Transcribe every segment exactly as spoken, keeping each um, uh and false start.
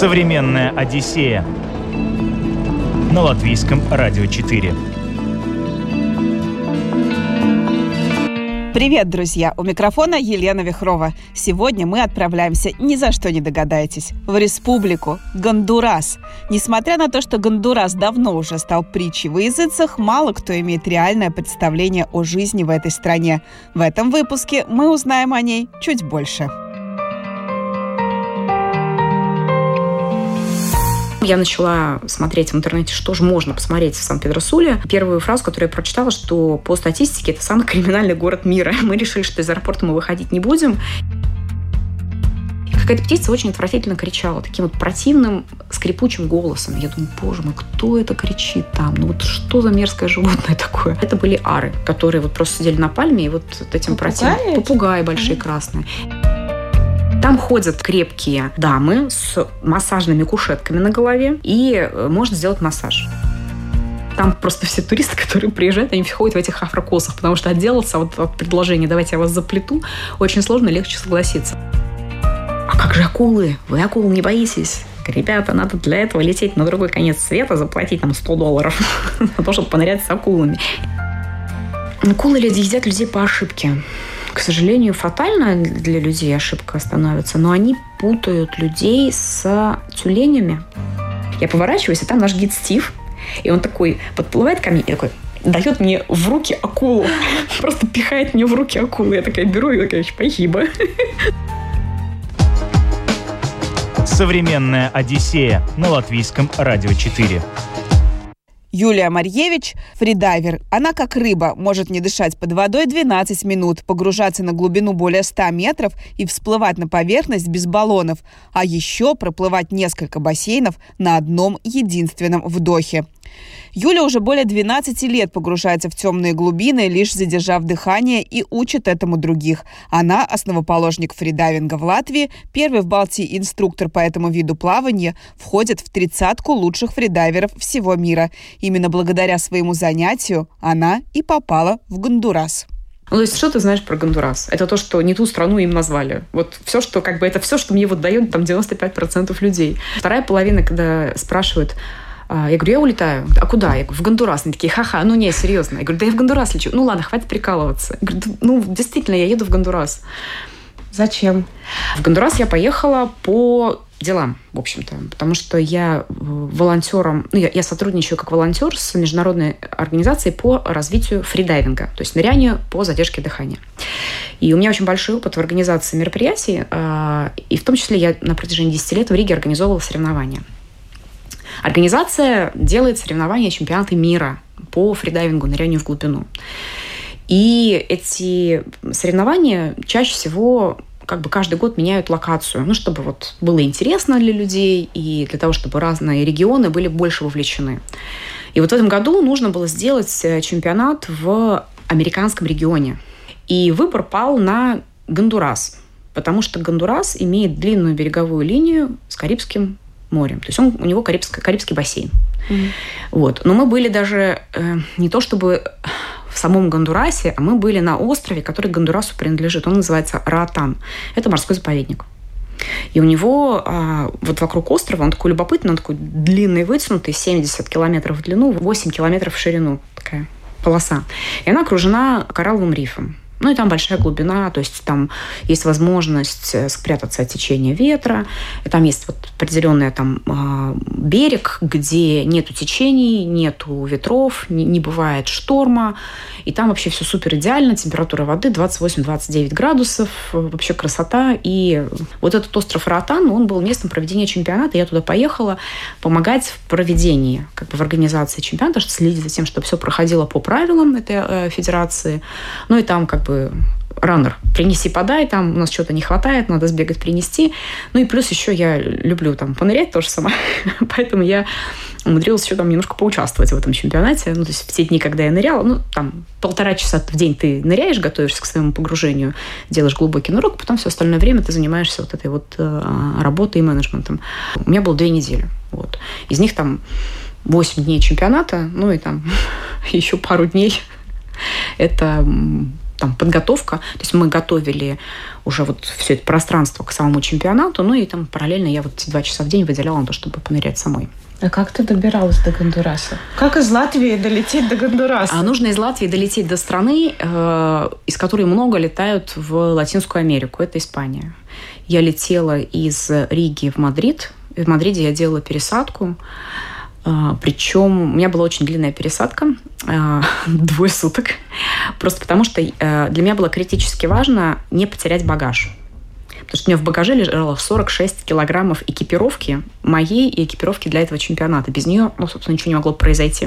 Современная Одиссея на Латвийском радио четыре. Привет, друзья! У микрофона Елена Вихрова. Сегодня мы отправляемся, ни за что не догадаетесь, в республику Гондурас. Несмотря на то, что Гондурас давно уже стал притчей во языцах, мало кто имеет реальное представление о жизни в этой стране. В этом выпуске мы узнаем о ней чуть больше. Я начала смотреть в интернете, что же можно посмотреть в Сан-Педро-Суле. Первую фразу, которую я прочитала, что по статистике это самый криминальный город мира. Мы решили, что из аэропорта мы выходить не будем. Какая-то птица очень отвратительно кричала, таким вот противным, скрипучим голосом. Я думаю, боже мой, кто это кричит там? Ну вот что за мерзкое животное такое? Это были ары, которые вот просто сидели на пальме и вот этим противным... Попугаи большие, красные. Там ходят крепкие дамы с массажными кушетками на голове, и можно сделать массаж. Там просто все туристы, которые приезжают, они все ходят в этих афрокосах, потому что отделаться вот от предложения «давайте я вас заплету» очень сложно, легче согласиться. А как же акулы? Вы акул не боитесь? Ребята, надо для этого лететь на другой конец света, заплатить там сто долларов за то, чтобы понырять с акулами. Акулы едят людей по ошибке. К сожалению, фатально для людей ошибка становится, но они путают людей с тюленями. Я поворачиваюсь, и там наш гид Стив, и он такой подплывает ко мне и такой дает мне в руки акулу. Просто пихает мне в руки акулу. Я такая беру и такая, спасибо. Современная Одиссея на Латвийском радио четыре. Юлия Марьевич – фридайвер. Она, как рыба, может не дышать под водой двенадцать минут, погружаться на глубину более ста метров и всплывать на поверхность без баллонов, а еще проплывать несколько бассейнов на одном единственном вдохе. Юля уже более двенадцати лет погружается в темные глубины, лишь задержав дыхание, и учит этому других. Она основоположник фридайвинга в Латвии, первый в Балтии инструктор по этому виду плавания, входит в тридцатку лучших фридайверов всего мира. Именно благодаря своему занятию она и попала в Гондурас. Ну, то есть, что ты знаешь про Гондурас? Это то, что не ту страну им назвали. Вот все, что, как бы, это все, что мне вот дает там девяносто пять процентов людей. Вторая половина, когда спрашивают, я говорю, я улетаю. А куда? Я говорю, в Гондурас. Они такие, ха-ха, ну не, серьезно. Я говорю, да я в Гондурас лечу. Ну ладно, хватит прикалываться. Я говорю, ну действительно, я еду в Гондурас. Зачем? В Гондурас я поехала по делам, в общем-то. Потому что я волонтером, ну, я, я сотрудничаю как волонтер с международной организацией по развитию фридайвинга, то есть нырянию по задержке дыхания. И у меня очень большой опыт в организации мероприятий, и в том числе я на протяжении десяти лет в Риге организовывала соревнования. Организация делает соревнования, чемпионаты мира по фридайвингу, нырянию в глубину. И эти соревнования чаще всего как бы каждый год меняют локацию, ну, чтобы вот было интересно для людей и для того, чтобы разные регионы были больше вовлечены. И вот в этом году нужно было сделать чемпионат в американском регионе. И выбор пал на Гондурас, потому что Гондурас имеет длинную береговую линию с Карибским морем. То есть он, у него Карибский, Карибский бассейн. Mm-hmm. Вот. Но мы были даже э, не то чтобы в самом Гондурасе, а мы были на острове, который Гондурасу принадлежит. Он называется Роатан. Это морской заповедник. И у него э, вот вокруг острова, он такой любопытный, он такой длинный, вытянутый, семьдесят километров в длину, восемь километров в ширину. Такая полоса. И она окружена коралловым рифом. Ну, и там большая глубина, то есть там есть возможность спрятаться от течения ветра. И там есть вот определенный там берег, где нету течений, нету ветров, не, не бывает шторма. И там вообще все супер идеально. Температура воды двадцать восемь - двадцать девять градусов. Вообще красота. И вот этот остров Роатан, он был местом проведения чемпионата. Я туда поехала помогать в проведении, как бы в организации чемпионата, чтобы следить за тем, чтобы все проходило по правилам этой э, федерации. Ну, и там как бы раннер, принеси, подай, там у нас что-то не хватает, надо сбегать, принести. Ну и плюс еще я люблю там понырять тоже сама, поэтому я умудрилась еще там немножко поучаствовать в этом чемпионате. Ну, то есть в те дни, когда я ныряла, ну, там полтора часа в день ты ныряешь, готовишься к своему погружению, делаешь глубокий нырок, потом все остальное время ты занимаешься вот этой вот э, работой и менеджментом. У меня было две недели. Вот. Из них там восемь дней чемпионата, ну и там еще пару дней это там подготовка. То есть мы готовили уже вот все это пространство к самому чемпионату, ну и там параллельно я вот эти два часа в день выделяла на то, чтобы понырять самой. А как ты добиралась до Гондураса? Как из Латвии долететь до Гондураса? А нужно из Латвии долететь до страны, э, из которой много летают в Латинскую Америку. Это Испания. Я летела из Риги в Мадрид. В Мадриде я делала пересадку. Э, причем у меня была очень длинная пересадка. Э, двое суток. Просто потому что э, для меня было критически важно не потерять багаж. Потому что у меня в багаже лежало сорок шесть килограммов экипировки, моей и экипировки для этого чемпионата. Без нее, ну, собственно, ничего не могло произойти.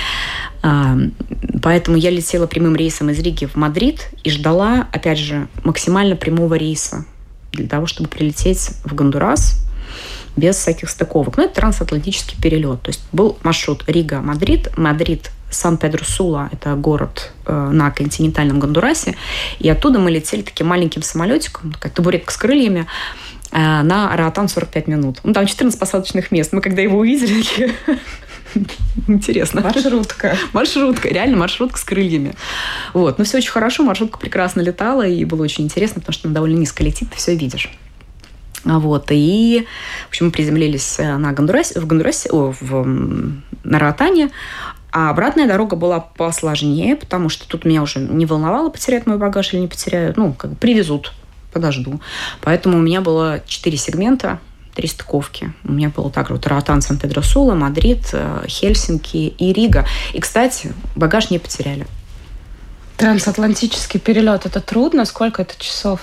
Поэтому я летела прямым рейсом из Риги в Мадрид и ждала, опять же, максимально прямого рейса для того, чтобы прилететь в Гондурас без всяких стыковок. Ну, это трансатлантический перелет. То есть был маршрут Рига-Мадрид, Мадрид Сан-Педро-Сула, это город э, на континентальном Гондурасе, и оттуда мы летели таким маленьким самолетиком, как табуретка с крыльями, э, на Роатан сорок пять минут. Ну, там четырнадцать посадочных мест. Мы когда его увидели, такие... Интересно. Маршрутка. Маршрутка. Реально маршрутка с крыльями. Вот. Но все очень хорошо. Маршрутка прекрасно летала, и было очень интересно, потому что она довольно низко летит, ты все видишь. Вот. И, в общем, мы приземлились на Гондурасе, в Гондурасе, о, в, на Роатане. А обратная дорога была посложнее, потому что тут меня уже не волновало, потерять мой багаж или не потеряют. Ну, как бы привезут, подожду. Поэтому у меня было четыре сегмента, три стыковки. У меня было также вот Роатан, Сан-Педро-Сула, Мадрид, Хельсинки и Рига. И, кстати, багаж не потеряли. Трансатлантический перелет – это трудно? Сколько это часов?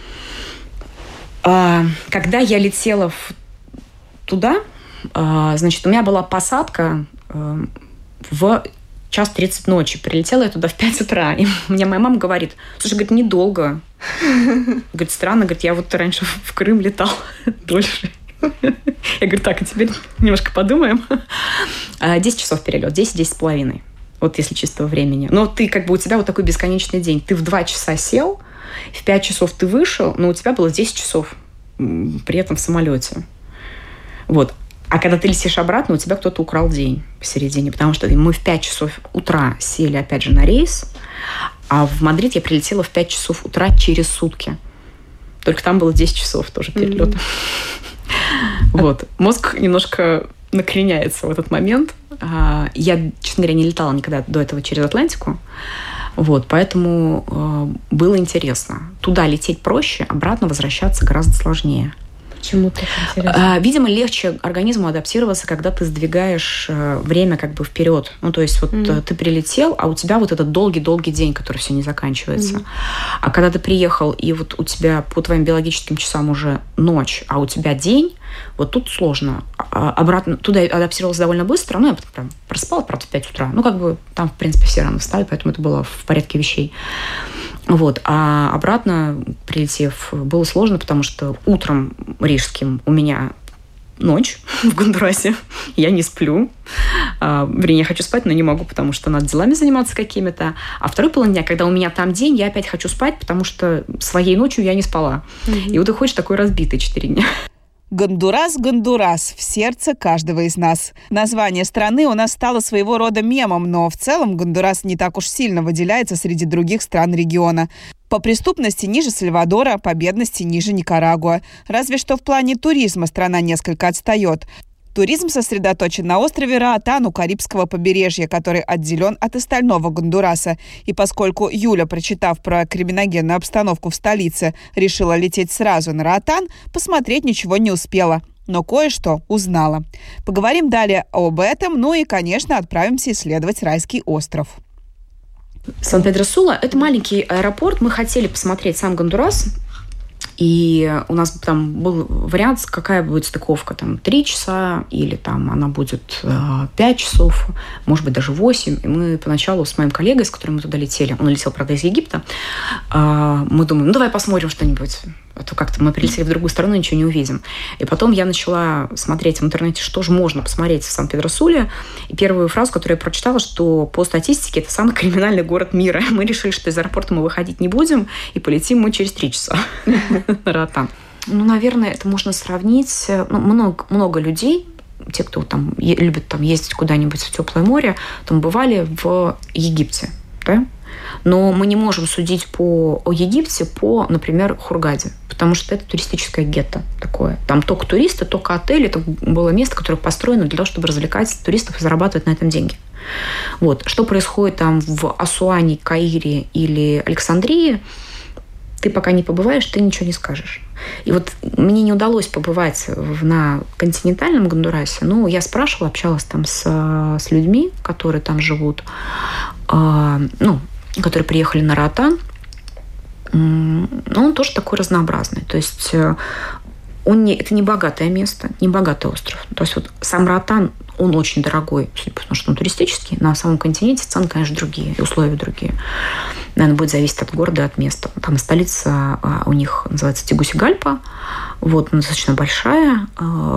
Когда я летела туда, значит, у меня была посадка в час тридцать ночи. Прилетела я туда в пять утра. И мне моя мама говорит, слушай, говорит, недолго. Говорит, странно, говорит, я вот раньше в Крым летал дольше. Я говорю, так, а теперь немножко подумаем. десять часов перелет, десять-десять с половиной. Вот если чистого времени. Но ты как бы, у тебя вот такой бесконечный день. Ты в два часа сел, в пять часов ты вышел, но у тебя было десять часов при этом в самолете. Вот. А когда ты летишь обратно, у тебя кто-то украл день посередине, потому что мы в пять часов утра сели, опять же, на рейс, а в Мадрид я прилетела в пять часов утра через сутки. Только там было десять часов тоже перелета. Mm-hmm. Вот. Мозг немножко накреняется в этот момент. Я, честно говоря, не летала никогда до этого через Атлантику. Вот, поэтому было интересно. Туда лететь проще, обратно возвращаться гораздо сложнее. Почему так интересно? Видимо, легче организму адаптироваться, когда ты сдвигаешь время как бы вперед. Ну, то есть вот mm-hmm. ты прилетел, а у тебя вот этот долгий-долгий день, который все не заканчивается. Mm-hmm. А когда ты приехал, и вот у тебя по твоим биологическим часам уже ночь, а у тебя день, вот тут сложно. Обратно туда я адаптировалась довольно быстро. Ну, я прям проспала, правда, в пять утра. Ну, как бы там, в принципе, все рано встали, поэтому это было в порядке вещей. Вот. А обратно, прилетев, было сложно, потому что утром рижским у меня ночь в Гондурасе. Я не сплю. А, вернее, я хочу спать, но не могу, потому что надо делами заниматься какими-то. А второй половина дня, когда у меня там день, я опять хочу спать, потому что своей ночью я не спала. Mm-hmm. И вот ты ходишь такой разбитый четыре дня. Гондурас, Гондурас в сердце каждого из нас. Название страны у нас стало своего рода мемом, но в целом Гондурас не так уж сильно выделяется среди других стран региона. По преступности ниже Сальвадора, по бедности ниже Никарагуа. Разве что в плане туризма страна несколько отстает. Туризм сосредоточен на острове Роатан у Карибского побережья, который отделен от остального Гондураса. И поскольку Юля, прочитав про криминогенную обстановку в столице, решила лететь сразу на Роатан, посмотреть ничего не успела. Но кое-что узнала. Поговорим далее об этом, ну и, конечно, отправимся исследовать райский остров. Сан-Педро-Сула – это маленький аэропорт. Мы хотели посмотреть сам Гондурас. И у нас там был вариант, какая будет стыковка, там, три часа или там она будет э, пять часов, может быть, даже восемь. И мы поначалу с моим коллегой, с которым мы туда летели, он летел, правда, из Египта, э, мы думаем, ну, давай посмотрим что-нибудь. А то как-то мы прилетели в другую страну, ничего не увидим. И потом я начала смотреть в интернете, что же можно посмотреть в Сан-Педро-Суле. И первую фразу, которую я прочитала, что по статистике это самый криминальный город мира. Мы решили, что из аэропорта мы выходить не будем, и полетим мы через три часа на Роатан. Ну, наверное, это можно сравнить. Ну, много, много людей, те, кто там любит там, ездить куда-нибудь в теплое море, там бывали в Египте, да? Но мы не можем судить по, о Египте по, например, Хургаде, потому что это туристическое гетто такое. Там только туристы, только отели. Это было место, которое построено для того, чтобы развлекать туристов и зарабатывать на этом деньги. Вот. Что происходит там в Асуане, Каире или Александрии, ты пока не побываешь, ты ничего не скажешь. И вот мне не удалось побывать на континентальном Гондурасе, но я спрашивала, общалась там с, с людьми, которые там живут, э, ну, которые приехали на Роатан. Но он тоже такой разнообразный. То есть он не, это не богатое место, не богатый остров. То есть вот сам Роатан, он очень дорогой, потому что он туристический. На самом континенте цены, конечно, другие, и условия другие. Наверное, будет зависеть от города и от места. Там столица у них называется Тегусигальпа. Вот, она достаточно большая.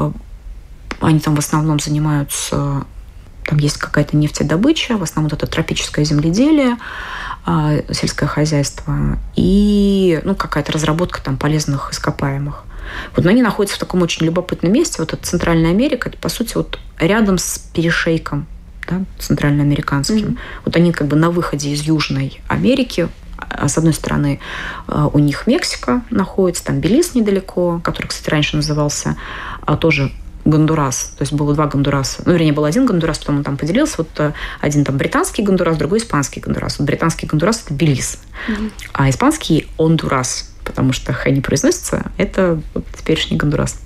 Они там в основном занимаются... Там есть какая-то нефтедобыча. В основном это тропическое земледелие, сельское хозяйство и ну, какая-то разработка там полезных ископаемых. Вот, но они находятся в таком очень любопытном месте. Вот это Центральная Америка, это, по сути, вот рядом с перешейком, да, центральноамериканским. Mm-hmm. Вот они как бы на выходе из Южной Америки. С одной стороны, у них Мексика находится, там Белиз недалеко, который, кстати, раньше назывался тоже Гондурас. То есть было два Гондураса. Ну, вернее, был один Гондурас, потом он там поделился. Вот один там британский Гондурас, другой испанский Гондурас. Вот британский Гондурас – это Белиз. Mm-hmm. А испанский – Ондурас. Потому что х не произносится, это вот теперешний Гондурас.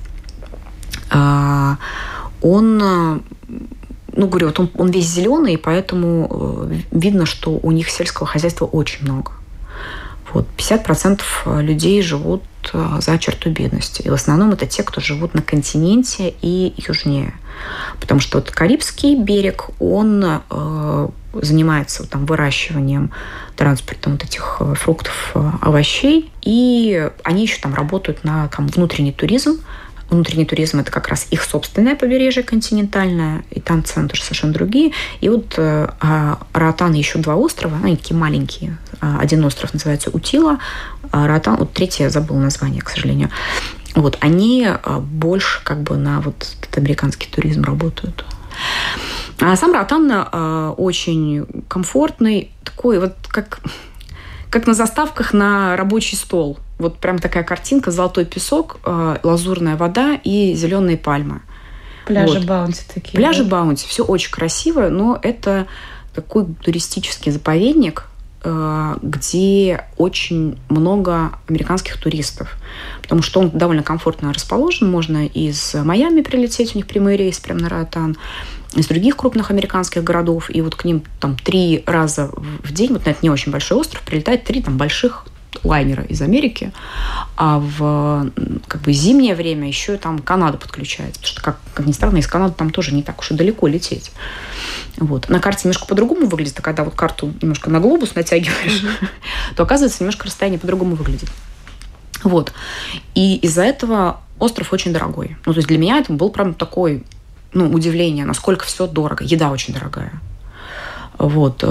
А, он, ну, говорю, вот он, он весь зеленый, поэтому видно, что у них сельского хозяйства очень много. Вот, пятьдесят процентов людей живут за чертой бедности. И в основном это те, кто живут на континенте и южнее. Потому что вот Карибский берег, он э, занимается там, выращиванием, транспортом вот этих фруктов, овощей. И они еще там работают на там, внутренний туризм. Внутренний туризм – это как раз их собственное побережье континентальное, и там цены тоже совершенно другие. И вот э, Роатан и еще два острова, они такие маленькие. Один остров называется Утила, а Роатан, вот третий я забыла название, к сожалению. Вот, они больше как бы на вот этот американский туризм работают. А сам Роатан э, очень комфортный, такой вот как, как на заставках на рабочий стол. Вот прям такая картинка: золотой песок, э, лазурная вода и зеленые пальмы. Пляжи вот. Баунти такие. Пляжи да? Баунти. Все очень красиво, но это такой туристический заповедник, э, где очень много американских туристов. Потому что он довольно комфортно расположен. Можно из Майами прилететь, у них прямой рейс прямо на Роатан, из других крупных американских городов. И вот к ним там три раза в день, вот на этот не очень большой остров, прилетает три там больших лайнера из Америки, а в как бы зимнее время еще там Канада подключается, потому что, как, как ни странно, из Канады там тоже не так уж и далеко лететь. Вот. На карте немножко по-другому выглядит, а когда вот карту немножко на глобус натягиваешь, mm-hmm. то, оказывается, немножко расстояние по-другому выглядит. Вот. И из-за этого остров очень дорогой. Ну, то есть для меня это был прям такое, ну, удивление, насколько все дорого. Еда очень дорогая. Вот.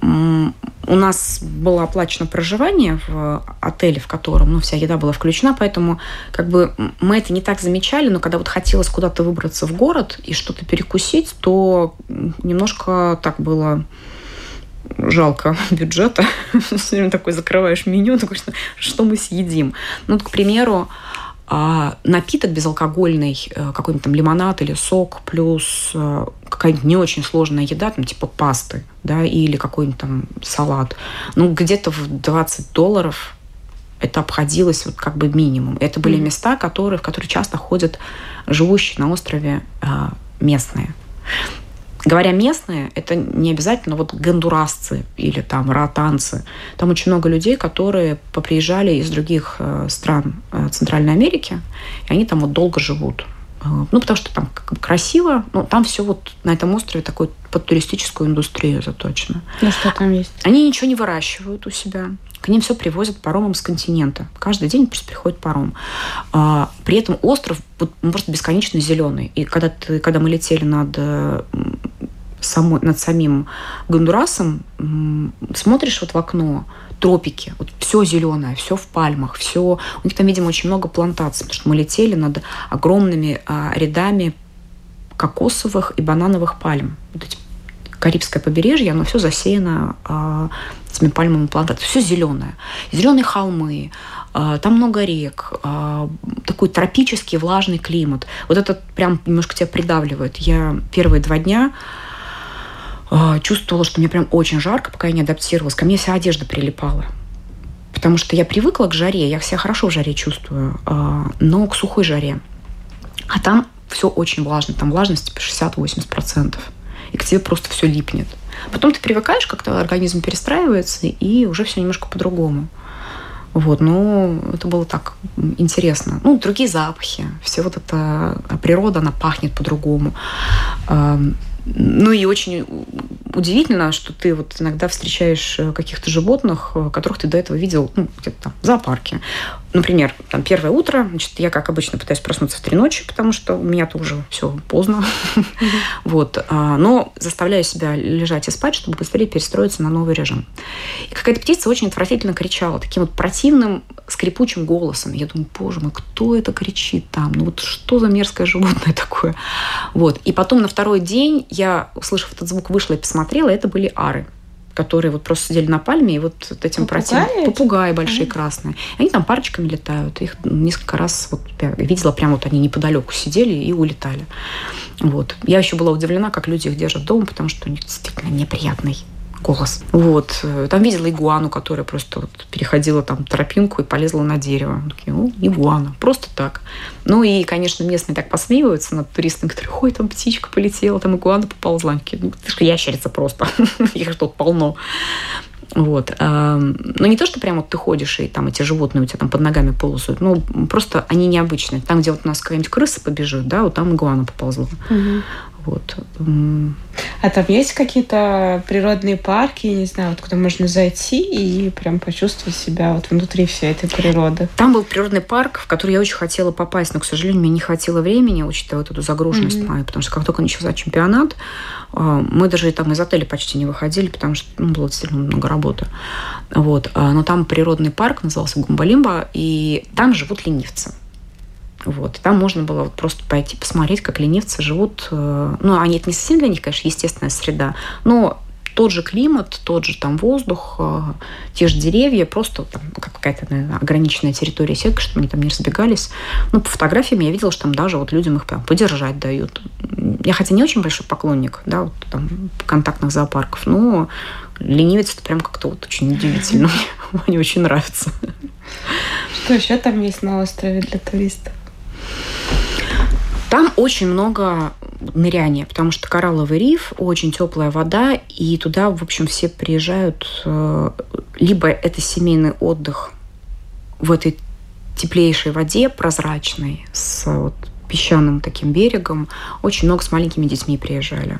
У нас было оплачено проживание в отеле, в котором, ну, вся еда была включена, поэтому как бы мы это не так замечали, но когда вот хотелось куда-то выбраться в город и что-то перекусить, то немножко так было жалко бюджета. Все время такой закрываешь меню, такой, что, что мы съедим. Ну, вот, к примеру, напиток безалкогольный, какой-нибудь там лимонад или сок, плюс какая-нибудь не очень сложная еда, там, типа пасты, да, или какой-нибудь там салат. Ну, где-то в двадцать долларов это обходилось вот как бы минимум. Это были mm-hmm. места, которые, в которые часто ходят живущие на острове местные. Говоря местные, это не обязательно вот гондурасцы или там роатанцы. Там очень много людей, которые поприезжали из других стран Центральной Америки, и они там вот долго живут. Ну, потому что там как бы красиво, но там все вот на этом острове такой под туристическую индустрию заточено. Ну, что там есть? Они ничего не выращивают у себя. К ним все привозят паромом с континента. Каждый день просто приходит паром. А, при этом остров вот, он просто бесконечно зеленый. И когда, ты, когда мы летели над, само, над самим Гондурасом, смотришь вот в окно, тропики, вот все зеленое, все в пальмах, все. У них там, видимо, очень много плантаций, потому что мы летели над огромными а, рядами кокосовых и банановых пальм. Вот эти Карибское побережье, оно все засеяно а, этими пальмовыми плантациями. Все зеленое. Зеленые холмы, а, там много рек, а, такой тропический влажный климат. Вот это прям немножко тебя придавливает. Я первые два дня а, чувствовала, что мне прям очень жарко, пока я не адаптировалась. Ко мне вся одежда прилипала. Потому что я привыкла к жаре, я себя хорошо в жаре чувствую, а, но к сухой жаре. А там все очень влажно, там влажность типа шестьдесят-восемьдесят процентов. И к тебе просто все липнет. Потом ты привыкаешь, как-то организм перестраивается, и уже все немножко по-другому. Вот, ну, это было так интересно. Ну, другие запахи, все вот это, природа, она пахнет по-другому. Ну, и очень удивительно, что ты вот иногда встречаешь каких-то животных, которых ты до этого видел, ну, где-то там в зоопарке. Например, там первое утро, значит, я, как обычно, пытаюсь проснуться в три ночи, потому что у меня-то уже все поздно. Вот. Но заставляю себя лежать и спать, чтобы быстрее перестроиться на новый режим. И какая-то птица очень отвратительно кричала, таким вот противным, скрипучим голосом. Я думаю, боже мой, кто это кричит там? Ну вот что за мерзкое животное такое? Вот. И потом на второй день я, услышав этот звук, вышла и посмотрела, это были ары, которые вот просто сидели на пальме, и вот этим противным... Попугаи большие, ага. красные. Они там парочками летают. Их несколько раз вот, я видела, прямо вот они неподалеку сидели и улетали. Вот. Я еще была удивлена, как люди их держат дома, потому что у них действительно неприятный голос. Вот. Там видела игуану, которая просто вот переходила там тропинку и полезла на дерево. Такие, ну, игуана. Просто так. Ну и, конечно, местные так посмеиваются над туристами, которые, ой, там птичка полетела, там игуана поползла. Такие, ну, ты же ящерица просто. Их тут полно. Вот. Но не то, что прям вот ты ходишь, и там эти животные у тебя там под ногами ползают. Ну, просто они необычные. Там, где вот у нас какая-нибудь крыса побежит, да, вот там игуана поползла. Угу. Вот. А там есть какие-то природные парки, не знаю, вот куда можно зайти и прям почувствовать себя вот внутри всей этой природы? Там был природный парк, в который я очень хотела попасть, но, к сожалению, мне не хватило времени, учитывая вот эту загруженность mm-hmm. мою, потому что как только начался чемпионат, мы даже там из отеля почти не выходили, потому что ну, было действительно много работы. Вот. Но там природный парк, назывался Гумба-Лимба, и там живут ленивцы. Вот. Там можно было вот просто пойти посмотреть, как ленивцы живут. Ну, они, это не совсем для них, конечно, естественная среда, но тот же климат, тот же там воздух, те же деревья, просто там какая-то, наверное, ограниченная территория сетка, чтобы они там не разбегались. Ну, по фотографиям я видела, что там даже вот людям их прям подержать дают. Я, хотя не очень большой поклонник, да, вот там контактных зоопарков, но ленивец это прям как-то вот очень удивительно. Мне очень нравится. Что еще там есть на острове для туристов? Там очень много ныряния, потому что коралловый риф, очень теплая вода, и туда, в общем, все приезжают. Либо это семейный отдых в этой теплейшей воде, прозрачной, с вот песчаным таким берегом. Очень много с маленькими детьми приезжали.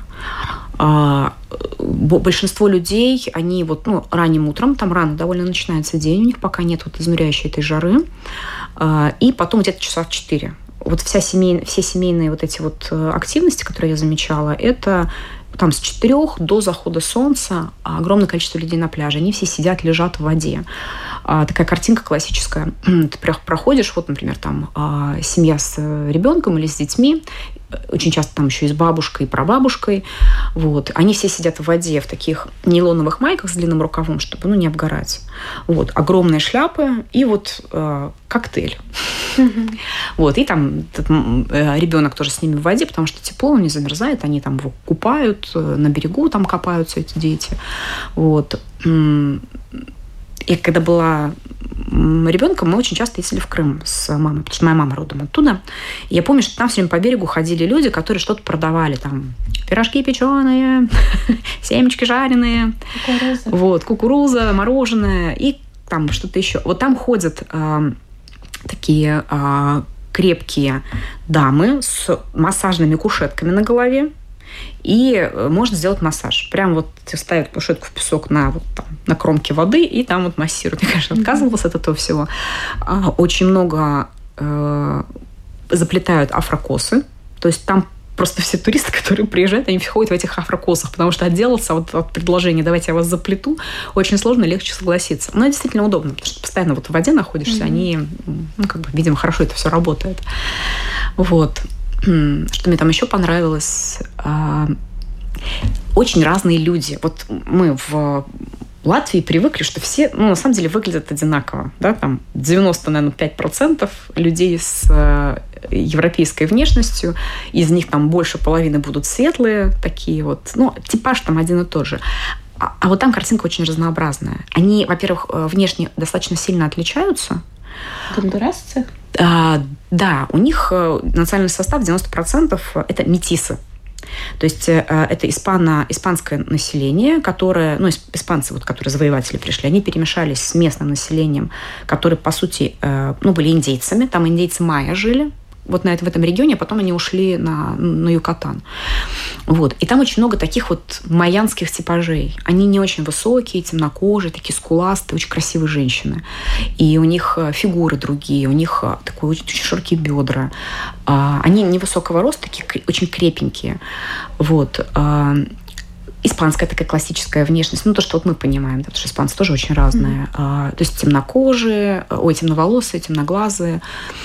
Большинство людей, они вот, ну, ранним утром, там рано довольно начинается день, у них пока нет вот изнуряющей этой жары, и потом где-то часа в четыре. Вот вся семей, все семейные вот эти вот активности, которые я замечала, это там с четырех до захода солнца огромное количество людей на пляже. Они все сидят, лежат в воде. А, такая картинка классическая. Ты проходишь, вот, например, там а, семья с ребенком или с детьми, очень часто там еще и с бабушкой, и прабабушкой. Вот. Они все сидят в воде в таких нейлоновых майках с длинным рукавом, чтобы ну, не обгорать. Вот. Огромные шляпы и вот э, коктейль. Mm-hmm. Вот. И там этот, э, ребенок тоже с ними в воде, потому что тепло, он не замерзает, они там его купают, на берегу там копаются эти дети. Вот. И когда была ребенком, мы очень часто ездили в Крым с мамой, потому что моя мама родом оттуда. И я помню, что там все время по берегу ходили люди, которые что-то продавали. Там пирожки печеные, семечки жареные, кукуруза. Вот, кукуруза, мороженое и там что-то еще. Вот там ходят э, такие э, крепкие дамы с массажными кушетками на голове. И можно сделать массаж. Прям вот ставят кушетку в песок на, вот, там, на кромке воды и там вот массируют. Я, конечно, отказывалась от этого всего. Очень много э, заплетают афрокосы. То есть там просто все туристы, которые приезжают, они ходят в этих афрокосах, потому что отделаться вот от предложения «давайте я вас заплету» очень сложно, легче согласиться. Но это действительно удобно, потому что постоянно вот в воде находишься, mm-hmm. они, ну, как бы, видимо, хорошо это все работает. Вот. Что мне там еще понравилось? очень разные люди. Вот мы в Латвии привыкли, что все, ну, на самом деле, выглядят одинаково. Да? Там девяносто, наверное, пять процентов людей с европейской внешностью. Из них там больше половины будут светлые, такие вот. Ну, типаж там один и тот же. А, а вот там картинка очень разнообразная. Они, во-первых, внешне достаточно сильно отличаются. Гондурасцы? А, да, у них национальный состав девяносто процентов это метисы. То есть это испано, испанское население, которое, ну, испанцы, вот, которые завоеватели пришли, они перемешались с местным населением, которые, по сути, ну, были индейцами. Там индейцы майя жили. Вот на это, в этом регионе, а потом они ушли на, на Юкатан. Вот. И там очень много таких вот майянских типажей. Они не очень высокие, темнокожие, такие скуластые, очень красивые женщины. И у них фигуры другие, у них такие очень, очень широкие бедра. Они невысокого роста, такие очень крепенькие. Вот. Испанская такая классическая внешность. Ну, то, что вот мы понимаем, да, потому что испанцы тоже очень разные. Mm-hmm. То есть темнокожие, ой, темноволосые, темноглазые.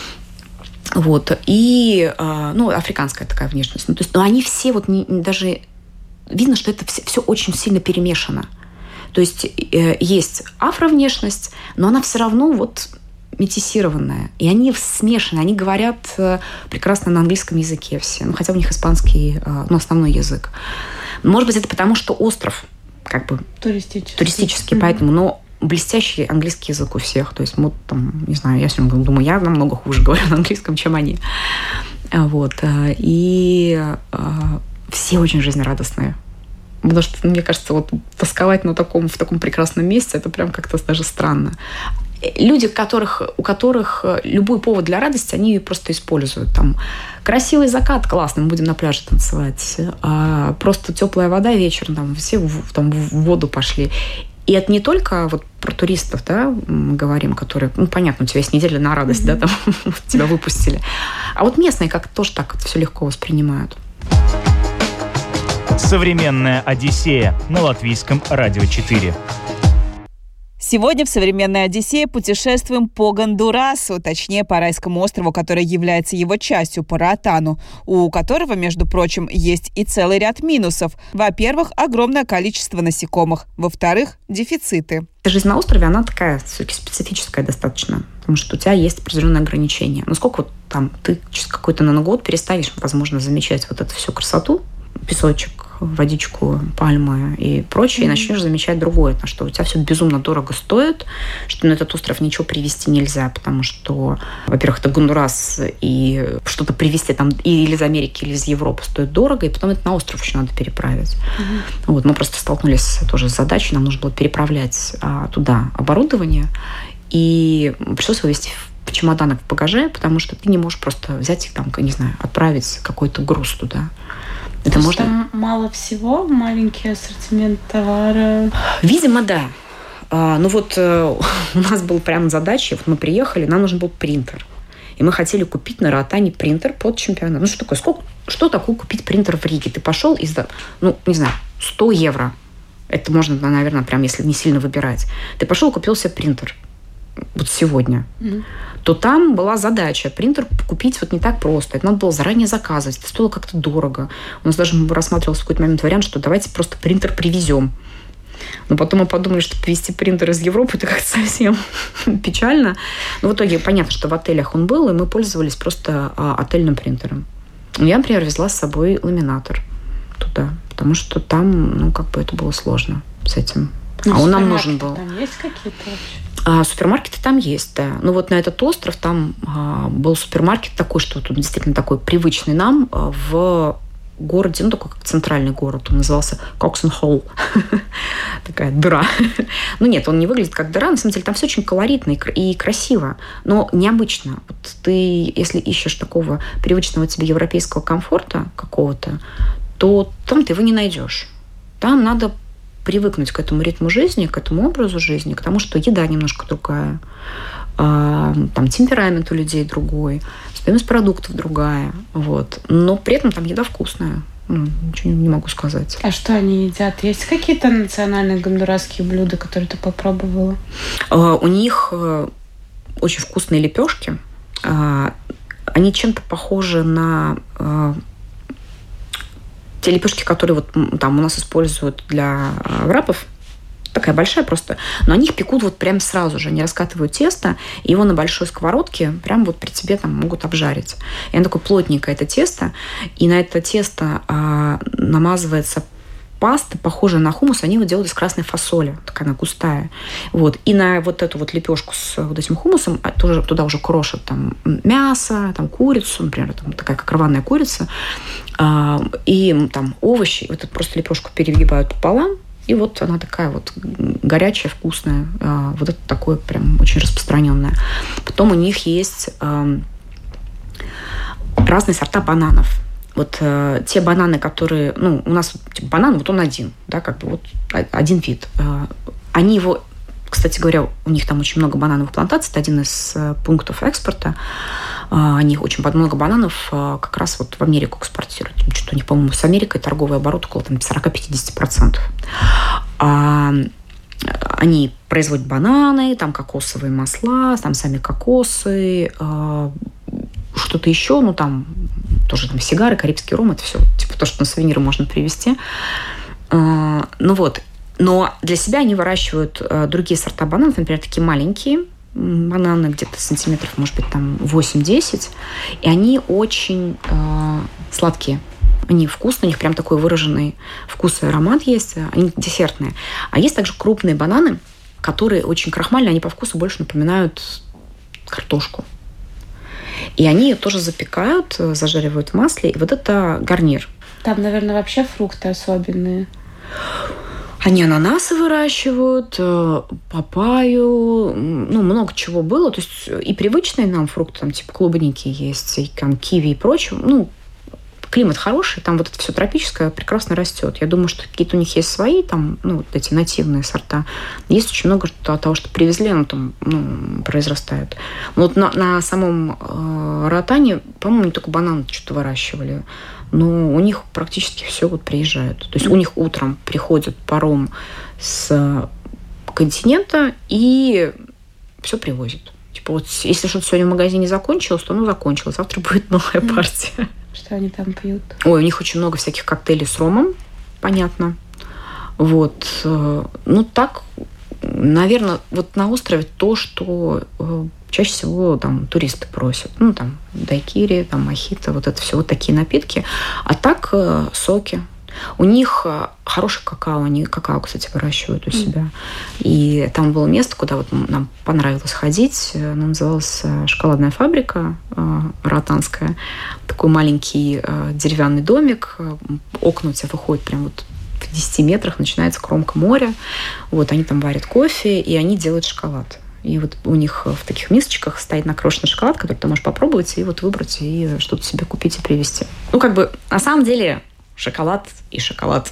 Вот. И, ну, африканская такая внешность. Ну, то есть, но они все вот не, даже... Видно, что это все, все очень сильно перемешано. То есть э, есть афровнешность, но она все равно вот метисированная. И они смешаны. Они говорят э, прекрасно на английском языке все. Ну, хотя у них испанский, э, ну, основной язык. Может быть, это потому, что остров как бы туристический. Туристический, mm-hmm. поэтому... Но блестящий английский язык у всех. То есть, вот, там, не знаю, я сегодня думаю, я намного хуже говорю на английском, чем они. Вот. И все очень жизнерадостные. Потому что, мне кажется, вот тосковать на таком, в таком прекрасном месте, это прям как-то даже странно. Люди, которых, у которых любой повод для радости, они просто используют. Там, красивый закат, классно, мы будем на пляже танцевать. А просто теплая вода вечером, там, все в, там, в воду пошли. И это не только вот про туристов, да, мы говорим, которые, ну, понятно, у тебя есть неделя на радость, mm-hmm. да, там тебя выпустили. А вот местные как-то тоже так это все легко воспринимают. Современная Одиссея на Латвийском радио четыре. Сегодня в «Современной Одиссее» путешествуем по Гондурасу, точнее, по райскому острову, который является его частью, по Роатану, у которого, между прочим, есть и целый ряд минусов. Во-первых, огромное количество насекомых. Во-вторых, дефициты. Жизнь на острове, она такая все-таки специфическая достаточно, потому что у тебя есть определенные ограничения. Насколько вот там ты через какой-то, наверное, год перестанешь, возможно, замечать вот эту всю красоту, песочек, водичку, пальмы и прочее, mm-hmm. и начнешь замечать другое, потому что у тебя все безумно дорого стоит, что на этот остров ничего привезти нельзя, потому что, во-первых, это Гондурас, и что-то привезти там или из Америки, или из Европы стоит дорого, и потом это на остров еще надо переправить. Mm-hmm. Вот, мы просто столкнулись тоже с задачей, нам нужно было переправлять а, туда оборудование, и пришлось вывезти в чемоданах в багаже, потому что ты не можешь просто взять их там, не знаю, отправить какой-то груз туда. Это можно... Там мало всего, маленький ассортимент товара. Видимо, да. А, ну вот у нас была прям задача, вот мы приехали, нам нужен был принтер. И мы хотели купить на Роатане принтер под чемпионат. Ну что такое? Сколько, что такое купить принтер в Риге? Ты пошел и сдал, ну, не знаю, сто евро. Это можно, наверное, прям, если не сильно выбирать. Ты пошел и купил себе принтер. Вот сегодня. Mm-hmm. То там была задача принтер купить вот не так просто. Это надо было заранее заказывать. Это стоило как-то дорого. У нас даже рассматривался в какой-то момент вариант, что давайте просто принтер привезем. Но потом мы подумали, что привезти принтер из Европы, это как-то совсем печально. Но в итоге понятно, что в отелях он был, и мы пользовались просто а, отельным принтером. Я, например, везла с собой ламинатор туда, потому что там, ну, как бы это было сложно с этим. Ну, а он нам нужен был. Там есть какие-то вообще? А, супермаркеты там есть, да. Ну вот на этот остров там а, был супермаркет такой, что тут действительно такой привычный нам а, в городе, ну такой как центральный город, он назывался Коксен-Холл. Такая дыра. Ну нет, он не выглядит как дыра, на самом деле там все очень колоритно и красиво, но необычно. Вот ты, если ищешь такого привычного тебе европейского комфорта какого-то, то там ты его не найдешь. Там надо привыкнуть к этому ритму жизни, к этому образу жизни, к тому, что еда немножко другая, там темперамент у людей другой, стоимость продуктов другая, вот. Но при этом там еда вкусная. Ну, ничего не могу сказать. А что они едят? Есть какие-то национальные гондурасские блюда, которые ты попробовала? У них очень вкусные лепешки. Они чем-то похожи на те лепешки, которые вот там у нас используют для врапов, такая большая просто, но они их пекут вот прям сразу же. Они раскатывают тесто, и его на большой сковородке прям вот при тебе там могут обжарить. И оно такое плотненькое, это тесто, и на это тесто а, намазывается паста, похожая на хумус, они его делают из красной фасоли, такая она густая. Вот. И на вот эту вот лепешку с вот этим хумусом тоже, туда уже крошат там мясо, там курицу, например, там такая как рваная курица, а, и там овощи. Вот эту просто лепешку перегибают пополам, и вот она такая вот горячая, вкусная. А, вот это такое прям очень распространенное. Потом у них есть а, разные сорта бананов. Вот э, те бананы, которые... Ну, у нас типа, банан, вот он один, да, как бы вот один вид. Э, они его... Кстати говоря, у них там очень много банановых плантаций. Это один из э, пунктов экспорта. Э, они очень много бананов э, как раз вот в Америку экспортируют. Что-то у них, по-моему, с Америкой торговый оборот около там, сорок-пятьдесят процентов. А, они производят бананы, там кокосовые масла, там сами кокосы, э, что-то еще, ну, там тоже там сигары, карибский ром, это все типа то, что на сувениры можно привезти. Э, ну вот. Но для себя они выращивают э, другие сорта бананов, например, такие маленькие бананы, где-то сантиметров, может быть, там восемь-десять, и они очень э, сладкие. Они вкусные, у них прям такой выраженный вкус и аромат есть, они десертные. А есть также крупные бананы, которые очень крахмальные, они по вкусу больше напоминают картошку. И они ее тоже запекают, зажаривают в масле, и вот это гарнир. Там, наверное, вообще фрукты особенные. Они ананасы выращивают, папайю, ну, много чего было. То есть и привычные нам фрукты, там, типа клубники есть, и там киви и прочее. Ну, климат хороший, там вот это все тропическое прекрасно растет. Я думаю, что какие-то у них есть свои, там, ну, вот эти нативные сорта. Есть очень много от того, что привезли, оно там, ну, произрастает. Вот на, на самом э, Ротане, по-моему, они только бананы что-то выращивали. Но у них практически все вот приезжает. То есть у них утром приходит паром с континента и все привозит. Типа вот если что-то сегодня в магазине закончилось, то оно закончилось. Завтра будет новая партия. Что они там пьют? Ой, у них очень много всяких коктейлей с ромом, понятно. Вот. Ну, так, наверное, вот на острове то, что чаще всего там туристы просят. Ну, там, дайкири, там, мохито, вот это все, вот такие напитки. А так соки. У них хороший какао. Они какао, кстати, выращивают у себя. Mm. И там было место, куда вот нам понравилось ходить. Оно называлось «Шоколадная фабрика» ротанская. Такой маленький деревянный домик. Окна у тебя выходят прям вот в десяти метрах. Начинается кромка моря. Вот они там варят кофе, и они делают шоколад. И вот у них в таких мисочках стоит накрошенный шоколад, который ты можешь попробовать и вот выбрать, и что-то себе купить и привезти. Ну, как бы, на самом деле... Шоколад и шоколад.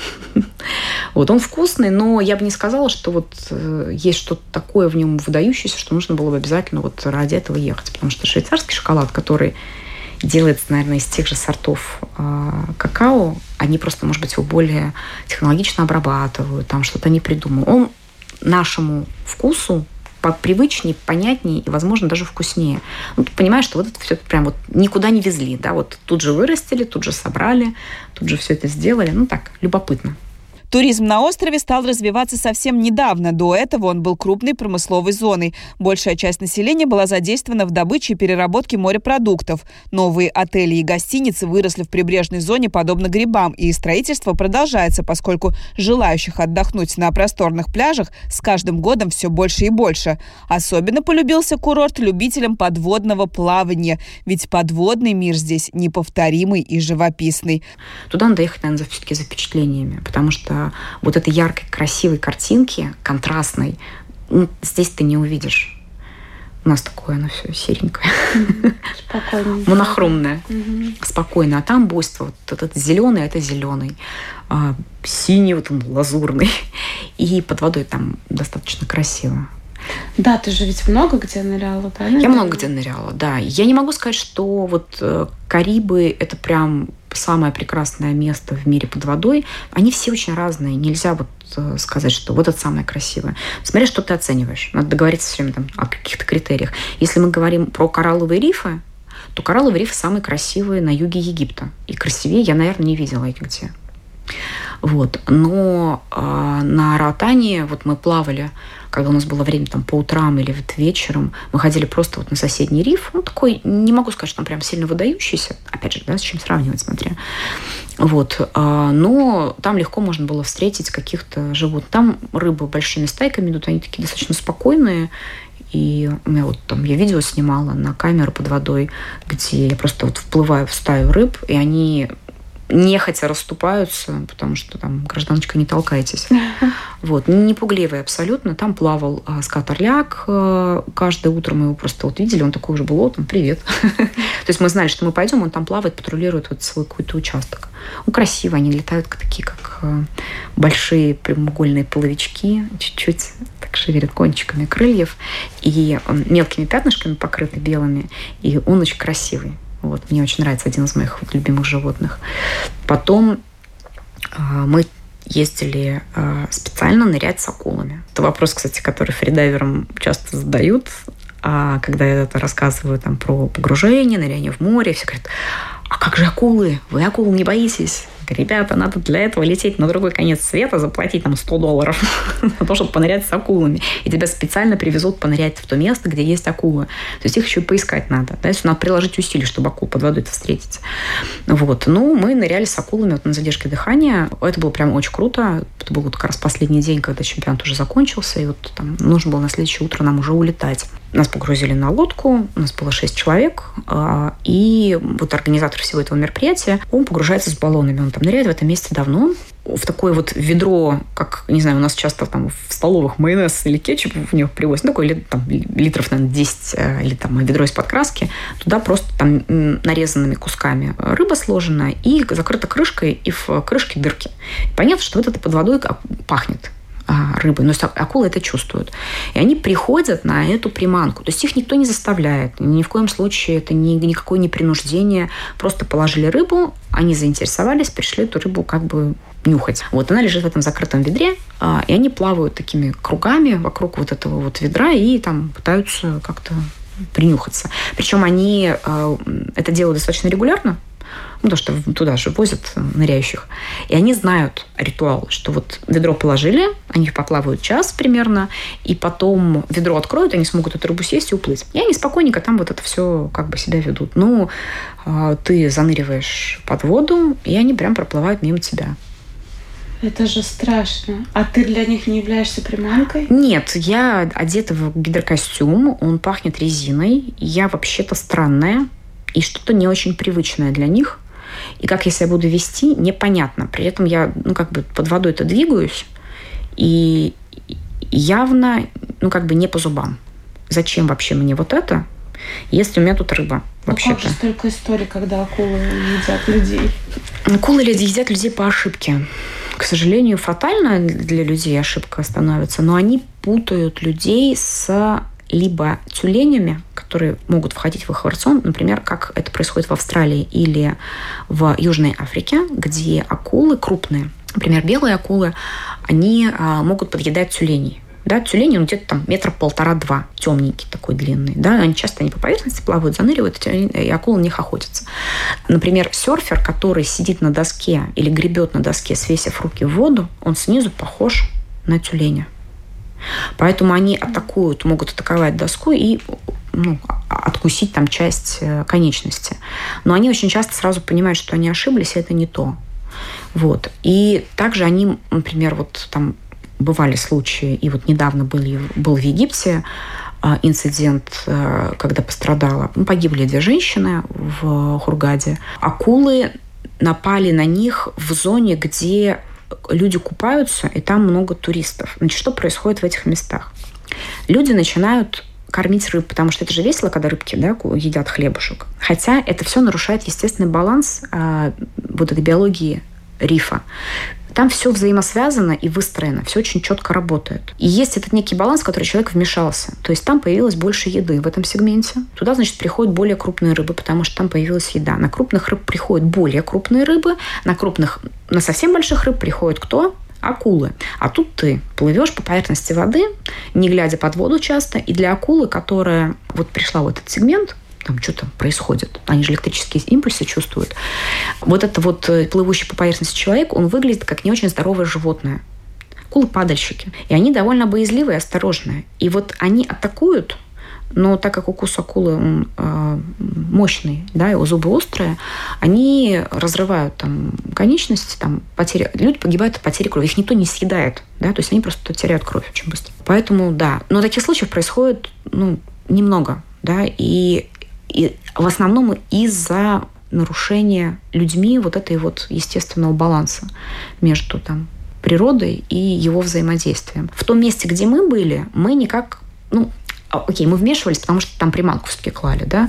Вот он вкусный, но я бы не сказала, что вот есть что-то такое в нем выдающееся, что нужно было бы обязательно вот ради этого ехать. Потому что швейцарский шоколад, который делается, наверное, из тех же сортов э, какао, они просто, может быть, его более технологично обрабатывают, там что-то не придумывают. Он нашему вкусу привычнее, понятнее и, возможно, даже вкуснее. Ну, ты понимаешь, что вот это все прям вот никуда не везли, да, вот тут же вырастили, тут же собрали, тут же все это сделали. Ну, так, любопытно. Туризм на острове стал развиваться совсем недавно. До этого он был крупной промысловой зоной. Большая часть населения была задействована в добыче и переработке морепродуктов. Новые отели и гостиницы выросли в прибрежной зоне подобно грибам, и строительство продолжается, поскольку желающих отдохнуть на просторных пляжах с каждым годом все больше и больше. Особенно полюбился курорт любителям подводного плавания, ведь подводный мир здесь неповторимый и живописный. Туда надо ехать, наверное, все-таки за впечатлениями, потому что вот этой яркой, красивой картинки, контрастной, ну, здесь ты не увидишь. У нас такое, оно все серенькое. Спокойно. Монохромное. Спокойно. А там буйство. Вот этот зеленый, это зеленый. А синий, вот он лазурный. И под водой там достаточно красиво. Да, ты же ведь много где ныряла, да? Я много где ныряла, да. Я не могу сказать, что вот Карибы – это прям самое прекрасное место в мире под водой. Они все очень разные. Нельзя вот сказать, что вот это самое красивое. Смотри, что ты оцениваешь. Надо договориться все время там, о каких-то критериях. Если мы говорим про коралловые рифы, то коралловый риф самый красивый на юге Египта. И красивее я, наверное, не видела нигде. Вот. Но э, на Роатане вот мы плавали, когда у нас было время там, по утрам или вот вечером, мы ходили просто вот на соседний риф. Он такой, не могу сказать, что он прям сильно выдающийся. Опять же, да, с чем сравнивать, смотря. Вот. Э, но там легко можно было встретить каких-то животных. Там рыбы большими стайками идут, они такие достаточно спокойные. И у меня вот там, я видео снимала на камеру под водой, где я просто вот вплываю в стаю рыб, и они нехотя расступаются, потому что там, гражданочка, не толкайтесь. Вот. Не пугливый абсолютно. Там плавал а, скат-орляк. А, каждое утро мы его просто вот видели. Он такой уже был, вот он, привет. То есть мы знали, что мы пойдем, он там плавает, патрулирует вот свой какой-то участок. Ну, красиво. Они летают такие, как а, большие прямоугольные половички. Чуть-чуть так шевелят кончиками крыльев. И он мелкими пятнышками покрыты белыми. И он очень красивый. Вот, мне очень нравится, один из моих любимых животных. Потом э, мы ездили э, специально нырять с акулами. Это вопрос, кстати, который фридайверам часто задают, а когда я это рассказываю там, про погружение, ныряние в море, все говорят: а как же акулы? Вы акул не боитесь? Ребята, надо для этого лететь на другой конец света, заплатить там сто долларов на то, чтобы понырять с акулами. И тебя специально привезут понырять в то место, где есть акулы. То есть их еще и поискать надо. Да? То есть надо приложить усилия, чтобы акул под водой встретить. Вот. Ну, мы ныряли с акулами вот на задержке дыхания. Это было прям очень круто. Это был вот как раз последний день, когда чемпионат уже закончился. И вот там нужно было на следующее утро нам уже улетать. Нас погрузили на лодку. У нас было шесть человек. И вот организатор всего этого мероприятия, он погружается с баллонами. Он там ныряет в этом месте давно. В такое вот ведро, как, не знаю, у нас часто там в столовых майонез или кетчуп в него привозят, ну, такое там, литров, наверное, десять, или там ведро из-под краски. Туда просто там нарезанными кусками рыба сложена и закрыта крышкой, и в крышке дырки. Понятно, что вот это под водой пахнет рыбой, но акулы это чувствуют. И они приходят на эту приманку. То есть их никто не заставляет. Ни в коем случае это ни, никакое не принуждение. Просто положили рыбу, они заинтересовались, пришли эту рыбу как бы нюхать. Вот она лежит в этом закрытом ведре, и они плавают такими кругами вокруг вот этого вот ведра и там пытаются как-то принюхаться. Причем они это делают достаточно регулярно. Ну, то, что туда же возят ныряющих. И они знают ритуал, что вот ведро положили, они поплавают час примерно, и потом ведро откроют, они смогут эту рыбу съесть и уплыть. И они спокойненько там вот это все как бы себя ведут. Ну, ты заныриваешь под воду, и они прям проплывают мимо тебя. Это же страшно. А ты для них не являешься приманкой? Нет, я одета в гидрокостюм, он пахнет резиной. Я вообще-то странная и что-то не очень привычное для них. И как я себя буду вести, непонятно. При этом я, ну, как бы под водой-то двигаюсь, и явно, ну, как бы не по зубам. Зачем вообще мне вот это, если у меня тут рыба вообще-то? Ну, как же столько историй, когда акулы едят людей? Акулы едят людей по ошибке. К сожалению, фатально для людей ошибка становится, но они путают людей с либо тюленями, которые могут входить в их рацион, например, как это происходит в Австралии или в Южной Африке, где акулы крупные, например, белые акулы, они а, могут подъедать тюленей. Да, тюлени, ну, где-то там метра полтора-два, темненький такой длинный. Да, они часто они по поверхности плавают, заныривают, и акулы на них охотятся. Например, серфер, который сидит на доске или гребет на доске, свесив руки в воду, он снизу похож на тюленя. Поэтому они атакуют, могут атаковать доску и, ну, откусить там часть конечности. Но они очень часто сразу понимают, что они ошиблись, и это не то. Вот. И также они, например, вот там бывали случаи, и вот недавно были, был в Египте инцидент, когда пострадала, ну, погибли две женщины в Хургаде. Акулы напали на них в зоне, где люди купаются, и там много туристов. Значит, что происходит в этих местах? Люди начинают кормить рыб, потому что это же весело, когда рыбки, да, едят хлебушек. Хотя это все нарушает естественный баланс а, вот этой биологии рифа. Там все взаимосвязано и выстроено, все очень четко работает. И есть этот некий баланс, в который человек вмешался. То есть там появилось больше еды в этом сегменте. Туда, значит, приходят более крупные рыбы, потому что там появилась еда. На крупных рыб приходят более крупные рыбы, на крупных, на совсем больших рыб приходят кто? Акулы. А тут ты плывешь по поверхности воды, не глядя под воду часто. И для акулы, которая вот пришла в этот сегмент, там что-то происходит. Они же электрические импульсы чувствуют. Вот это вот плывущий по поверхности человек, он выглядит как не очень здоровое животное. Акулы-падальщики. И они довольно боязливые и осторожные. И вот они атакуют, но так как укус акулы он, э, мощный, да, его зубы острые, они разрывают там конечности, там, потери... люди погибают от потери крови. Их никто не съедает, да, то есть они просто теряют кровь очень быстро. Поэтому, да. Но таких случаев происходит, ну, немного, да, и, и в основном из-за нарушения людьми вот этой вот естественного баланса между там природой и его взаимодействием. В том месте, где мы были, мы никак, ну, окей, мы вмешивались, потому что там приманку все-таки клали, да,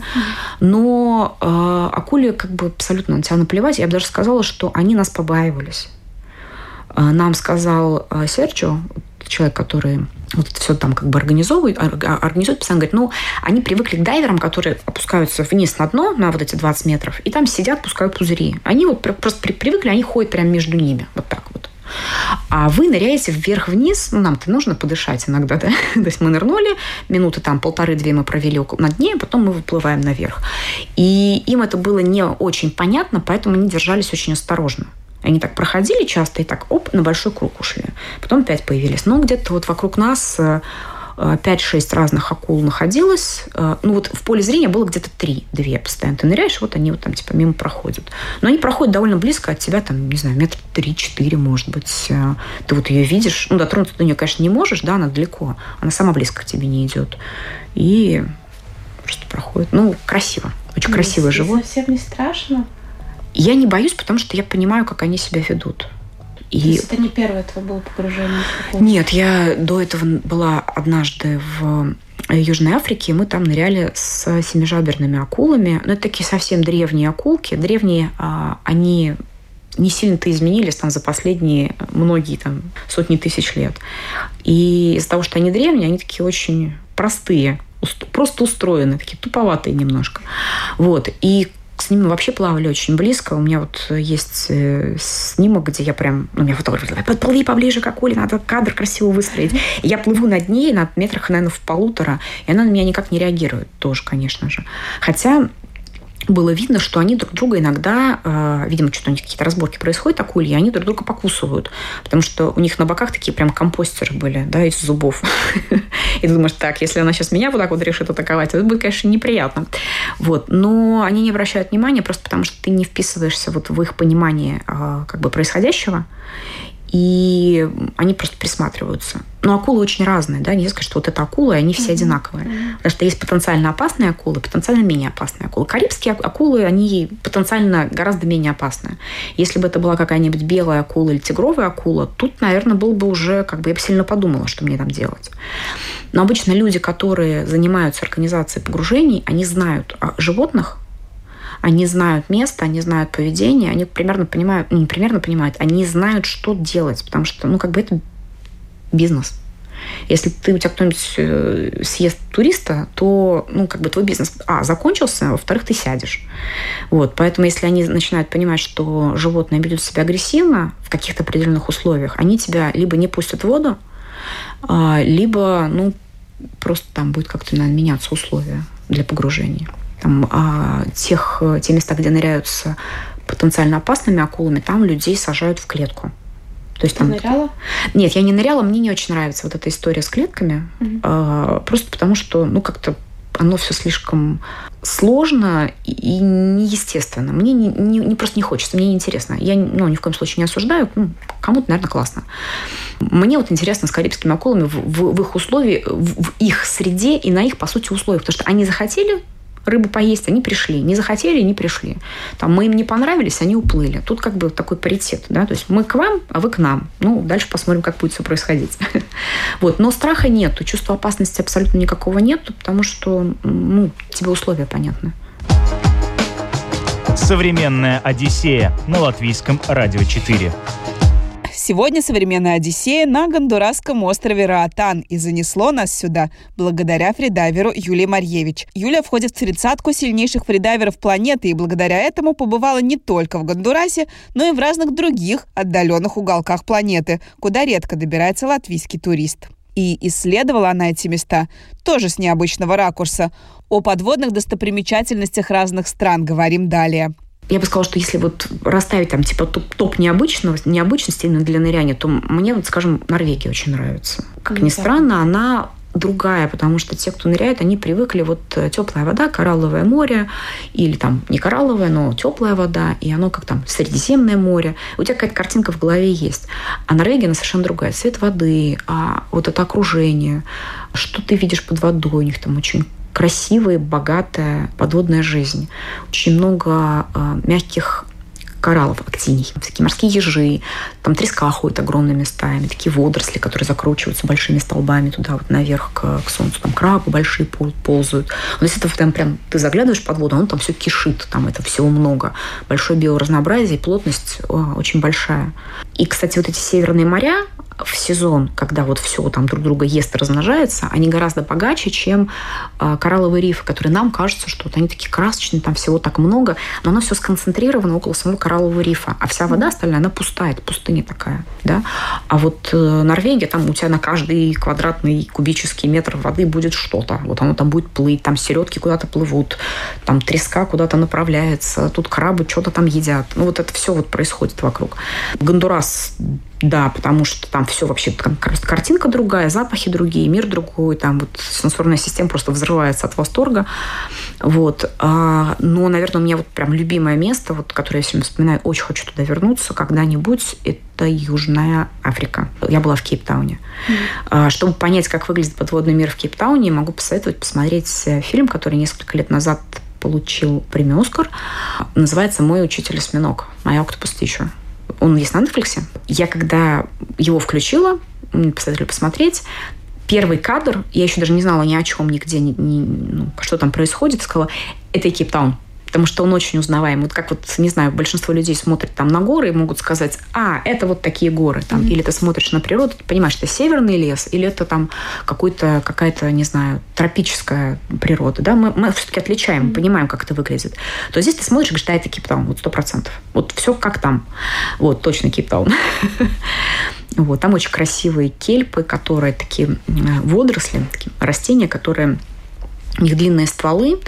но э, акуле как бы абсолютно на тебя наплевать. Я бы даже сказала, что они нас побаивались. Э, нам сказал э, Серджио, человек, который вот это все там как бы организовывает, организует, постоянно говорит, ну, они привыкли к дайверам, которые опускаются вниз на дно, на вот эти двадцать метров, и там сидят, пускают пузыри. Они вот просто привыкли, они ходят прямо между ними, вот так вот. А вы ныряете вверх-вниз, ну, нам-то нужно подышать иногда, да? То есть мы нырнули, минуты там полторы-две мы провели на дне, а потом мы выплываем наверх. И им это было не очень понятно, поэтому они держались очень осторожно. Они так проходили часто и так, оп, на большой круг ушли. Потом опять появились. Но где-то вот вокруг нас пять-шесть разных акул находилось. Ну, вот в поле зрения было где-то три-две постоянно. Ты ныряешь, вот они вот там типа мимо проходят. Но они проходят довольно близко от тебя, там, не знаю, метр три-четыре, может быть. Ты вот ее видишь. Ну, дотронуться до нее, конечно, не можешь, да, она далеко. Она сама близко к тебе не идет. И просто проходит. Ну, красиво. Очень красивое животное. Совсем не страшно? Я не боюсь, потому что я понимаю, как они себя ведут. И... То есть это не первое твое было погружение? Нет, я до этого была однажды в Южной Африке, и мы там ныряли с семижаберными акулами. Ну, это такие совсем древние акулки. Древние, они не сильно-то изменились там за последние многие там сотни тысяч лет. И из-за того, что они древние, они такие очень простые, просто устроены, такие туповатые немножко. Вот. И с ними вообще плавали очень близко. У меня вот есть снимок, где я прям... Ну, меня фотограф говорит, подплыви поближе к акуле, надо кадр красиво выстроить. И я плыву над ней, на метрах, наверное, в полутора, и она на меня никак не реагирует тоже, конечно же. Хотя было видно, что они друг друга иногда, э, видимо, что-то у них какие-то разборки происходят, акульи, и они друг друга покусывают. Потому что у них на боках такие прям компостеры были, да, из зубов. И ты думаешь, так, если она сейчас меня вот так вот решит атаковать, это будет, конечно, неприятно. Вот. Но они не обращают внимания просто потому, что ты не вписываешься вот в их понимание э, как бы происходящего. И они просто присматриваются. Но акулы очень разные, да, нельзя сказать, что вот это акулы, и они все mm-hmm. одинаковые. Mm-hmm. Потому что есть потенциально опасные акулы, потенциально менее опасные акулы. Карибские акулы, они потенциально гораздо менее опасные. Если бы это была какая-нибудь белая акула или тигровая акула, тут, наверное, было бы уже, как бы, я бы сильно подумала, что мне там делать. Но обычно люди, которые занимаются организацией погружений, они знают о животных, они знают место, они знают поведение, они примерно понимают, ну, не примерно понимают, они знают, что делать, потому что, ну, как бы это бизнес. Если ты, у тебя кто-нибудь съест туриста, то, ну, как бы твой бизнес, а, закончился, во-вторых, ты сядешь. Вот, поэтому если они начинают понимать, что животное ведет себя агрессивно в каких-то определенных условиях, они тебя либо не пустят в воду, либо, ну, просто там будет как-то, наверное, меняться условия для погружения. Там, а, тех, те места, где ныряются потенциально опасными акулами, там людей сажают в клетку. То есть, Ты там... ныряла? Нет, я не ныряла, мне не очень нравится вот эта история с клетками. Mm-hmm. А, просто потому что, ну, как-то оно все слишком сложно и неестественно. Мне не, не, не, просто не хочется, мне неинтересно. Я, ну, ни в коем случае не осуждаю. Ну, кому-то, наверное, классно. Мне вот интересно с карибскими акулами в, в, в их условиях, в, в их среде и на их, по сути, условиях. Потому что они захотели рыбу поесть, они пришли. Не захотели, не пришли. Там, мы им не понравились, они уплыли. Тут как бы такой паритет. Да? То есть мы к вам, а вы к нам. Ну, дальше посмотрим, как будет все происходить. Вот. Но страха нету. Чувства опасности абсолютно никакого нету, потому что, ну, тебе условия понятны. Современная Одиссея на Латвийском радио четыре. Сегодня современная Одиссея на гондурасском острове Роатан, и занесло нас сюда благодаря фридайверу Юлии Марьевич. Юля входит в тридцатку сильнейших фридайверов планеты и благодаря этому побывала не только в Гондурасе, но и в разных других отдаленных уголках планеты, куда редко добирается латвийский турист. И исследовала она эти места тоже с необычного ракурса. О подводных достопримечательностях разных стран говорим далее. Я бы сказала, что если вот расставить там типа топ, топ необычного, необычности именно для ныряния, то мне, вот, скажем, Норвегия очень нравится. Как ни странно, она другая, потому что те, кто ныряет, они привыкли, вот теплая вода, коралловое море, или там не коралловое, но теплая вода, и оно как там Средиземное море. У тебя какая-то картинка в голове есть. А Норвегия, она совершенно другая. Цвет воды, а вот это окружение, что ты видишь под водой, у них там очень красивая, богатая подводная жизнь. Очень много э, мягких кораллов, актиний, всякие морские ежи, там треска ходит огромными стаями, такие водоросли, которые закручиваются большими столбами туда вот наверх к, к солнцу, там крабы большие ползают. Но если ты там прям ты заглядываешь под воду, оно там все кишит, там это всего много. Большое биоразнообразие, плотность о, очень большая. И, кстати, вот эти северные моря в сезон, когда вот все там друг друга ест и размножается, они гораздо богаче, чем э, коралловые рифы, которые нам кажутся, что вот они такие красочные, там всего так много, но оно все сконцентрировано около самого кораллового рифа. А вся вода остальная, она пустая, это пустыня такая. Да? А вот э, Норвегия, там у тебя на каждый квадратный кубический метр воды будет что-то. Вот оно там будет плыть, там селедки куда-то плывут, там треска куда-то направляется, тут крабы что-то там едят. Ну вот это все вот происходит вокруг. Гондурас, да, потому что там все вообще, там картинка другая, запахи другие, мир другой, там вот сенсорная система просто взрывается от восторга. Вот. Но, наверное, у меня вот прям любимое место, вот, которое я сегодня вспоминаю, очень хочу туда вернуться когда-нибудь, это Южная Африка. Я была в Кейптауне. Mm-hmm. Чтобы понять, как выглядит подводный мир в Кейптауне, могу посоветовать посмотреть фильм, который несколько лет назад получил премию «Оскар». Называется «Мой учитель осьминог», «My Octopus Teacher». Он есть на Netflix. Я когда его включила, посоветовали посмотреть, первый кадр, я еще даже не знала ни о чем, нигде, ни, ни, ну, что там происходит, сказала, это Кейптаун. Потому что он очень узнаваемый. Вот как вот, не знаю, большинство людей смотрят там на горы и могут сказать, а, это вот такие горы. Там. Mm-hmm. Или ты смотришь на природу, ты понимаешь, это северный лес, или это там какой-то, какая-то, не знаю, тропическая природа. Да? Мы, мы все-таки отличаем, mm-hmm. понимаем, как это выглядит. То здесь ты смотришь и говоришь, да, это Кейптаун, вот сто процентов. Вот все как там. Вот, точно Кейптаун. Вот, там очень красивые кельпы, которые такие водоросли, такие растения, которые... У них длинные стволы,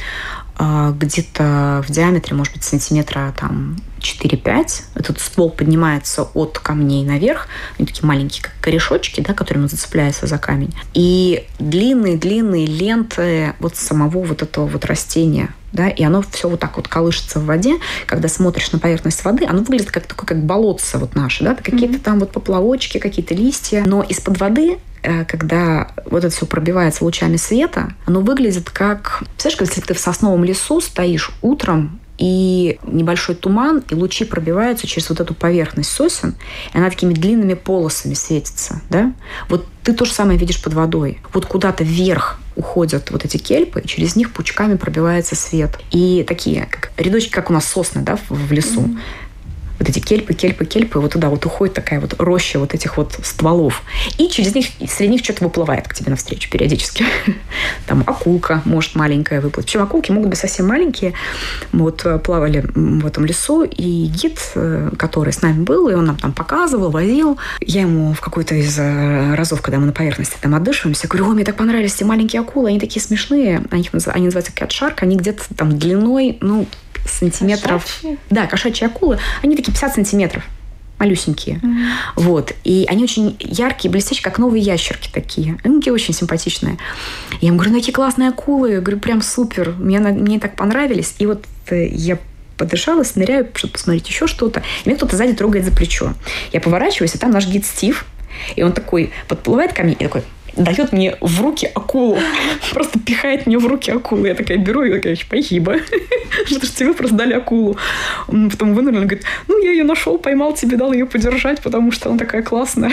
где-то в диаметре, может быть, сантиметра там, четыре-пять. Этот ствол поднимается от камней наверх. Они такие маленькие, как корешочки, да, которыми он зацепляется за камень. И длинные-длинные ленты вот самого вот этого вот растения. Да, и оно все вот так вот колышется в воде. Когда смотришь на поверхность воды, оно выглядит как такое, как болотце вот наше. Да? Какие-то mm-hmm. там вот поплавочки, какие-то листья. Но из-под воды, когда вот это все пробивается лучами света, оно выглядит как... Представляешь, если ты в сосновом лесу стоишь утром, и небольшой туман, и лучи пробиваются через вот эту поверхность сосен, и она такими длинными полосами светится, да? Вот ты то же самое видишь под водой. Вот куда-то вверх уходят вот эти кельпы, и через них пучками пробивается свет. И такие как рядочки, как у нас сосны, да, в лесу. Mm-hmm. Вот эти кельпы, кельпы, кельпы, вот туда вот уходит такая вот роща вот этих вот стволов. И через них, среди них что-то выплывает к тебе навстречу периодически. Там акулка может маленькая выплыть. Причем акулки могут быть совсем маленькие. Мы вот плавали в этом лесу, и гид, который с нами был, и он нам там показывал, возил. Я ему в какой-то из разов, когда мы на поверхности там отдышиваемся, говорю, о, мне так понравились эти маленькие акулы, они такие смешные. Они, они называются кэтшарк, они где-то там длиной, ну, сантиметров. Кошачьи? Да, кошачьи акулы. Они такие пятьдесят сантиметров. Малюсенькие. Mm-hmm. Вот. И они очень яркие, блестящие, как новые ящерки такие. Они такие очень симпатичные. Я ему говорю, ну, какие классные акулы. Я говорю, прям супер. Мне, мне так понравились. И вот я подышалась, ныряю, чтобы посмотреть еще что-то. И меня кто-то сзади трогает за плечо. Я поворачиваюсь, и там наш гид Стив. И он такой подплывает ко мне и такой... дает мне в руки акулу. Просто пихает мне в руки акулу. Я такая беру и такая, спасибо. Что ж тебе просто дали акулу. Он потом вынырнул и говорит, ну, я ее нашел, поймал, тебе дал ее подержать, потому что она такая классная.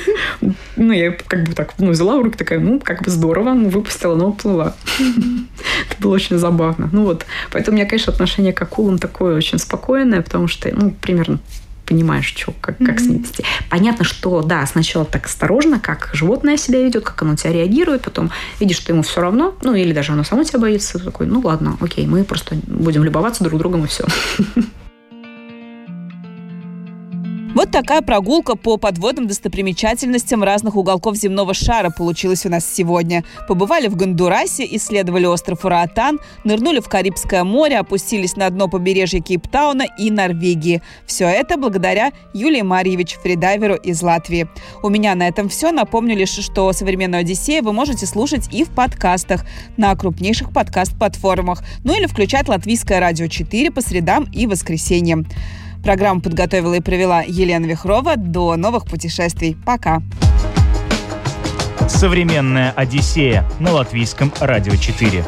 Ну, я как бы так, ну, взяла в руки, такая, ну, как бы здорово, ну, выпустила, но уплыла. Это было очень забавно. Ну, вот. Поэтому у меня, конечно, отношение к акулам такое очень спокойное, потому что, ну, примерно понимаешь, что, как, как mm-hmm. с ней вести. Понятно, что, да, сначала так осторожно, как животное себя ведет, как оно на тебя реагирует, потом видишь, что ему все равно, ну, или даже оно само тебя боится, ты такой, ну, ладно, окей, мы просто будем любоваться друг другом, и все. Вот такая прогулка по подводным достопримечательностям разных уголков земного шара получилась у нас сегодня. Побывали в Гондурасе, исследовали остров Ураатан, нырнули в Карибское море, опустились на дно побережья Кейптауна и Норвегии. Все это благодаря Юлии Марьевич, фридайверу из Латвии. У меня на этом все. Напомню лишь, что «Современную Одиссею» вы можете слушать и в подкастах на крупнейших подкаст-платформах. Ну или включать Латвийское радио четыре по средам и воскресеньям. Программу подготовила и провела Елена Вихрова. До новых путешествий. Пока. «Современная Одиссея» на Латвийском радио четыре.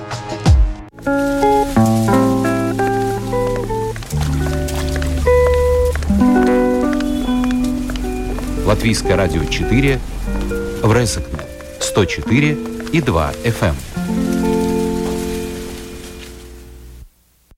Латвийское радио четыре в Резекне сто четыре и два эф эм.